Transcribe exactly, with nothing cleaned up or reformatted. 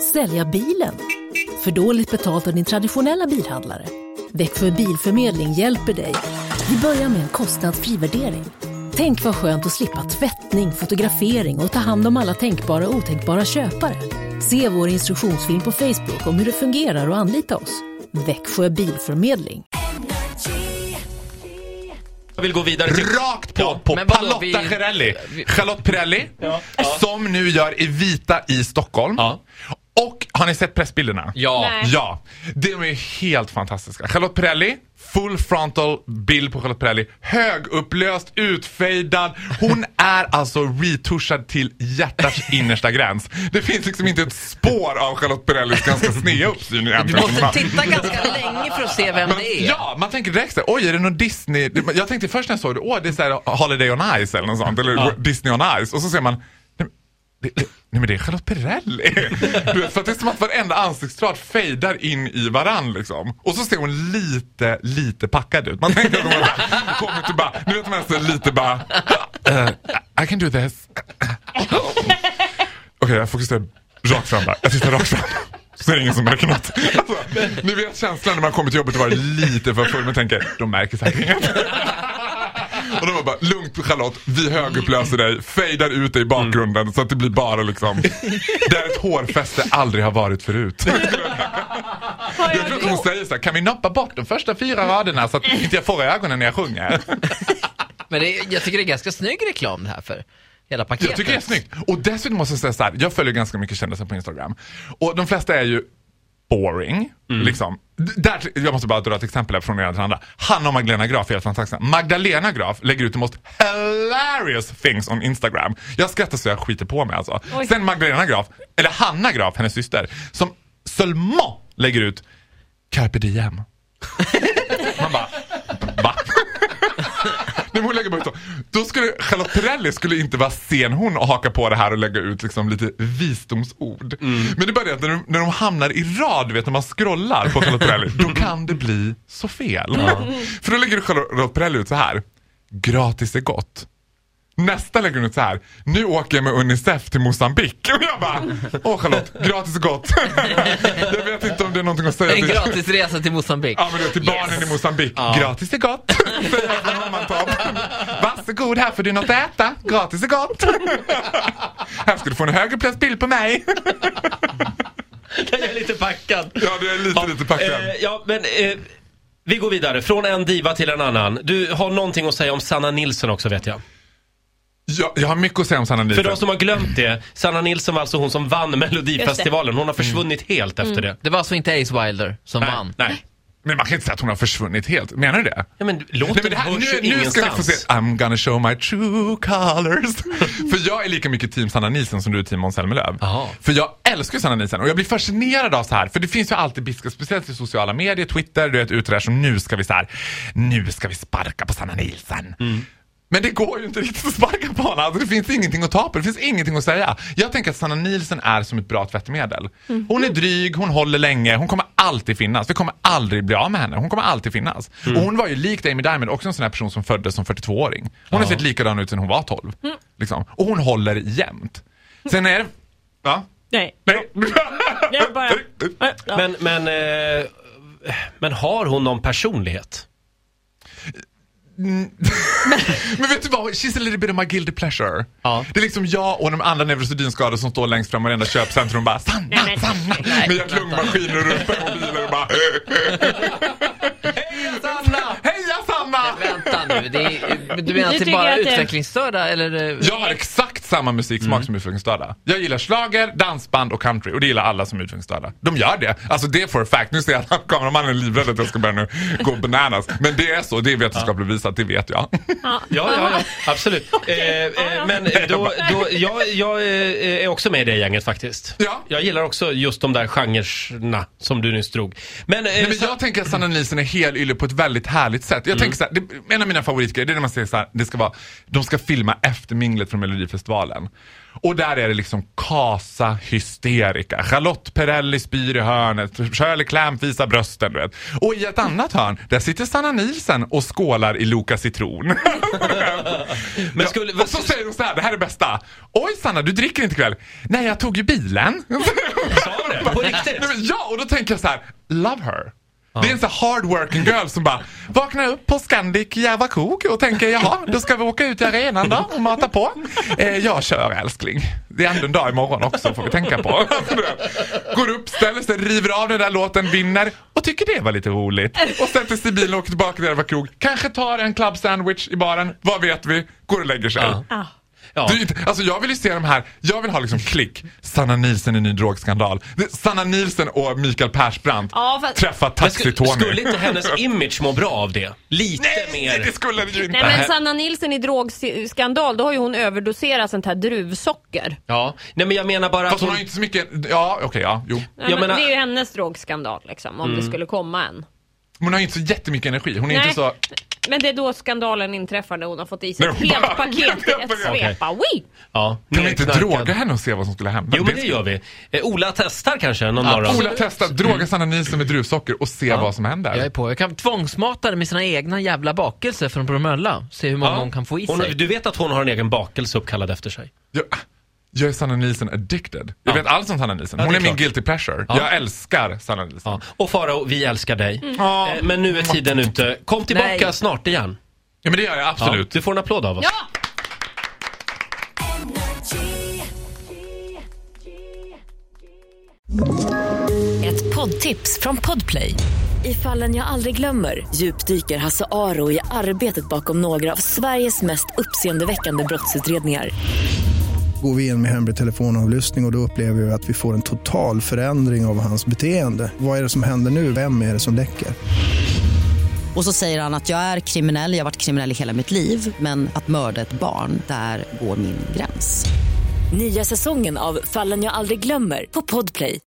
Sälja bilen? För dåligt betalt av din traditionella bilhandlare? Växjö Bilförmedling hjälper dig. Vi börjar med en kostnadsfri värdering. Tänk vad skönt att slippa tvättning, fotografering och ta hand om alla tänkbara och otänkbara köpare. Se vår instruktionsfilm på Facebook om hur det fungerar och anlita oss. Växjö Bilförmedling. Jag vill gå vidare till... Rakt på, på Palotta vi... Pirelli. Charlotte Pirelli, ja. Som nu gör Evita i Stockholm. Ja. Och har ni sett pressbilderna? Ja. Nej. Ja. De är helt fantastiska. Charlotte Pirelli, full frontal bild på Charlotte Pirelli. Högupplöst, utfejdad. Hon är alltså retuschad till hjärtats innersta gräns. Det finns liksom inte ett spår av Charlotte Pirellis ganska sneda uppsyn. Du måste titta ganska länge för att se vem Men, det är. Ja, man tänker direkt så här, oj, är det någon Disney? Jag tänkte först när jag såg det, åh, det är så här Holiday on Ice eller något sånt. Eller ja. Disney on Ice. Och så ser man... Det, det, nej men det är Charlotte Pirelli. Du vet, för att det är som att varenda ansiktsdrag fejdar in i varann liksom. Och så ser hon lite, lite packad ut. Man tänker att hon bara, kommer till bara, nu vet man så lite bara uh, I can do this. Okej, okay, jag fokuserar rakt fram där. Jag tittar rakt fram. Så är det ingen som märker något. Alltså, ni vet känslan när man kommer till jobbet och var lite för full. Man tänker, de märker säkert inget. Och de var bara, lugnt Charlotte, vi högupplöser dig, fejdar ut dig i bakgrunden mm. så att det blir bara liksom där ett hårfäste aldrig har varit förut. Jag tror att hon säger så här, kan vi noppa bort de första fyra raderna så att inte jag får i ögonen när jag sjunger. Men det, jag tycker det är ganska snygg reklam det här för hela paketet. Jag tycker det är snyggt. Och dessutom måste jag säga så här, jag följer ganska mycket kändisar på Instagram. Och de flesta är ju boring, mm. liksom. Där, jag måste bara dra ett exempel här från ena till andra. Hanna och Magdalena Graf är helt fantastiska. Magdalena Graf lägger ut the most hilarious things on Instagram. Jag skrattar så jag skiter på mig alltså. Oj. Sen Magdalena Graf, eller Hanna Graf, hennes syster, som seulement lägger ut Carpe diem. Man bara, va? Nej, hon lägger bara ut då. Då skulle Charlotte Pirelli skulle inte vara sen hon och haka på det här och lägga ut liksom lite visdomsord. Mm. Men det är bara det att när de, när de hamnar i rad, vet när man scrollar på Charlotte Pirelli, då kan det bli så fel. Mm. För då lägger Charlotte Pirelli ut så här: gratis är gott. Nästa lägger hon ut så här: nu åker jag med Unicef till Mozambique. Och jag bara, åh Charlotte, gratis är gott. Jag vet inte om det är någonting att säga. En till... gratis resa till Mozambique. Ja, men det är till barnen yes. i Mozambique. Ja. Gratis är gott. Varsågod, här får du något att äta. Gratis är gott. Här ska du få en högerplötsbild på mig. Den är lite packad. Ja, det är lite, ja, lite packad. Eh, ja, men... Eh... Vi går vidare, från en diva till en annan. Du har någonting att säga om Sanna Nilsson också, vet jag. Ja, jag har mycket att säga om Sanna Nilsson. För de som har glömt det, Sanna Nilsson var alltså hon som vann Melodifestivalen. Hon har försvunnit mm. helt efter mm. det. Det var alltså inte Ace Wilder som nej, vann. Nej. Men man kan inte säga att hon har försvunnit helt. Menar du det? Ja, men låt nej, men det här, nu, nu ska ni få se. I'm gonna show my true colors. För jag är lika mycket team Sanna Nilsson som du är team Måns Zelmerlöw. Aha. För jag älskar Sanna Nilsson. Och jag blir fascinerad av så här. För det finns ju alltid biskar, speciellt i sociala medier, Twitter. Du vet, ut där som nu ska vi så här. Nu ska vi sparka på Sanna Nilsson. Mm. Men det går ju inte riktigt att sparka på henne. Alltså, det finns ingenting att ta på. Det finns ingenting att säga. Jag tänker att Sanna Nilsson är som ett bra tvättmedel. Mm. Hon är dryg, hon håller länge. Hon kommer alltid finnas. Vi kommer aldrig bli av med henne. Hon kommer alltid finnas. Mm. Och hon var ju likt Amy Diamond, också en sån här person som föddes som fyrtiotvååring. Hon ja. har sett likadan ut sedan hon var tolv. Mm. Liksom. Och hon håller jämt. Sen är det... Va? Nej. Nej. Jag bara... Men, men, eh, men har hon någon personlighet? Mm. Men vet du vad, she's a little bit of my guilty pleasure. Ja. Det är liksom jag och de andra neurosedynskadade som står längst fram och varenda köpcentrum bara Sanna, nej, Sanna nej, med hjärt-lungmaskiner och rumpmobiler och bara Heja Sanna! Heja Sanna! Nej, vänta nu, det är, du menar att det är bara utvecklingsstörda? Eller? Jag har exakt samma musiksmak mm. som utvecklingsstörda. Jag gillar slager, dansband och country. Och det gillar alla som är utvecklingsstörda. De gör det, alltså det är for a fact. Nu ser jag att kameramannen är livrädd att jag ska börja nu gå bananas. Men det är så, det är vetenskapligt visat, det vet jag. Ja, ja, ja absolut. eh, eh, Men då, då, jag, jag är också med i det gänget faktiskt. Ja. Jag gillar också just de där genrerna som du nyss drog. Men, eh, Nej, men jag tänker att Sanna Nilsson är helylle på ett väldigt härligt sätt. Jag mm. tänker så här, det, en av mina favoritgrejer, det är när man säger så här, det ska vara, de ska filma efterminglet från Melodifestivalen. Och där är det liksom kasa hysterika. Charlotte Pirelli spyr i hörnet. Shirley Clamp visar brösten, du vet. Och i ett annat hörn, där sitter Sanna Nilsson och skålar i Loka citron. Men skulle, ja, och så säger hon så här, det här är det bästa. Oj Sanna, du dricker inte ikväll. Nej, jag tog ju bilen. Sa det? men ja, och då tänker jag så här: love her. Det är en så hardworking girl som bara vaknar upp på Scandic Järvakog och tänker, jaha, då ska vi åka ut i arenan då och mata på. Eh, jag kör, älskling. Det är ändå en dag imorgon också, får vi tänka på. Går upp, ställer sig, river av den där låten, vinner och tycker det var lite roligt. Och sätter sig i bilen och åker tillbaka till Järvakog. Kanske tar en club sandwich i baren, vad vet vi? Går och lägger sig. Ja. Ja. Du, alltså jag vill ju se de här. Jag vill ha liksom klick. Sanna Nielsen i ny drogskandal. Sanna Nielsen och Mikael Persbrandt ja, fast... träffar Taxi-Tony. Skulle, skulle inte hennes image må bra av det? Lite Nej, mer. det skulle det ju inte. Nej, men Sanna Nielsen i drogskandal, då har ju hon överdoserat sånt här druvsocker. Ja, nej men jag menar bara Fast att hon... hon har inte så mycket. Ja, okej, okay, ja, jo. Nej, jag men menar... Det är ju hennes drogskandal liksom, om mm. det skulle komma en. Hon har inte så jättemycket energi. Hon är Nej. inte så... Men det är då skandalen inträffar när hon har fått i sig ett Nej, helt bara... paket, ett svepa. Okay. Ja, kan vi inte droga henne och se vad som skulle hända? Jo, men det gör vi. Eh, Ola testar kanske någon ja, morgon. Ola testar, droga Sanna Nielsen med druvsocker och se ja. vad som händer. Jag är på. Jag kan tvångsmata det med sina egna jävla bakelser från Bromölla. Se hur många ja. hon kan få i sig. Hon, du vet att hon har en egen bakelse uppkallad efter sig? Ja. Jag är Sanna Nielsen addicted. Jag ja. vet allt om Sanna Nielsen. Hon ja, är, är min guilty pleasure. Ja. Jag älskar Sanna Nielsen. Ja. Och Farao, vi älskar dig. Mm. Eh, men nu är tiden ute. Kom tillbaka Nej. snart igen. Ja, men det gör jag absolut. Ja, du får en applåd av oss. Ja! Ett poddtips från Podplay. I Fallen jag aldrig glömmer djupdyker Hasse Aro i arbetet bakom några av Sveriges mest uppseendeväckande brottsutredningar. Går vi in med hemlig telefonavlyssning och, och då upplever vi att vi får en total förändring av hans beteende. Vad är det som händer nu? Vem är det som läcker? Och så säger han att jag är kriminell, jag har varit kriminell i hela mitt liv. Men att mörda ett barn, där går min gräns. Nya säsongen av Fallen jag aldrig glömmer på Podplay.